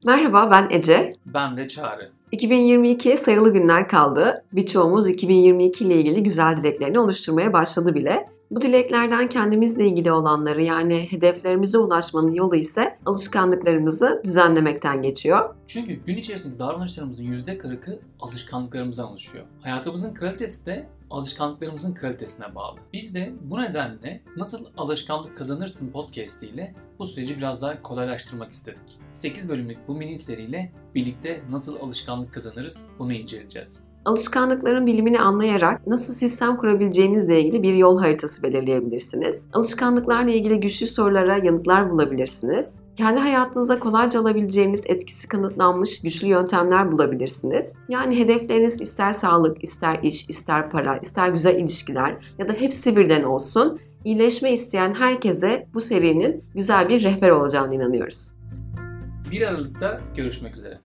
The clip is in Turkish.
Merhaba, ben Ece. Ben de Çağrı. 2022'ye sayılı günler kaldı. Birçoğumuz 2022 ile ilgili güzel dileklerini oluşturmaya başladı bile. Bu dileklerden kendimizle ilgili olanları, yani hedeflerimize ulaşmanın yolu ise alışkanlıklarımızı düzenlemekten geçiyor. Çünkü gün içerisindeki davranışlarımızın %40'ı alışkanlıklarımızdan oluşuyor. Hayatımızın kalitesi de alışkanlıklarımızın kalitesine bağlı. Biz de bu nedenle Nasıl Alışkanlık Kazanırsın podcast ile bu süreci biraz daha kolaylaştırmak istedik. 8 bölümlük bu mini seriyle birlikte nasıl alışkanlık kazanırız bunu inceleyeceğiz. Alışkanlıkların bilimini anlayarak nasıl sistem kurabileceğinizle ilgili bir yol haritası belirleyebilirsiniz. Alışkanlıklarla ilgili güçlü sorulara yanıtlar bulabilirsiniz. Kendi hayatınıza kolayca alabileceğiniz etkisi kanıtlanmış güçlü yöntemler bulabilirsiniz. Yani hedefleriniz ister sağlık, ister iş, ister para, ister güzel ilişkiler ya da hepsi birden olsun. İyileşme isteyen herkese bu serinin güzel bir rehber olacağına inanıyoruz. 1 Aralık'ta görüşmek üzere.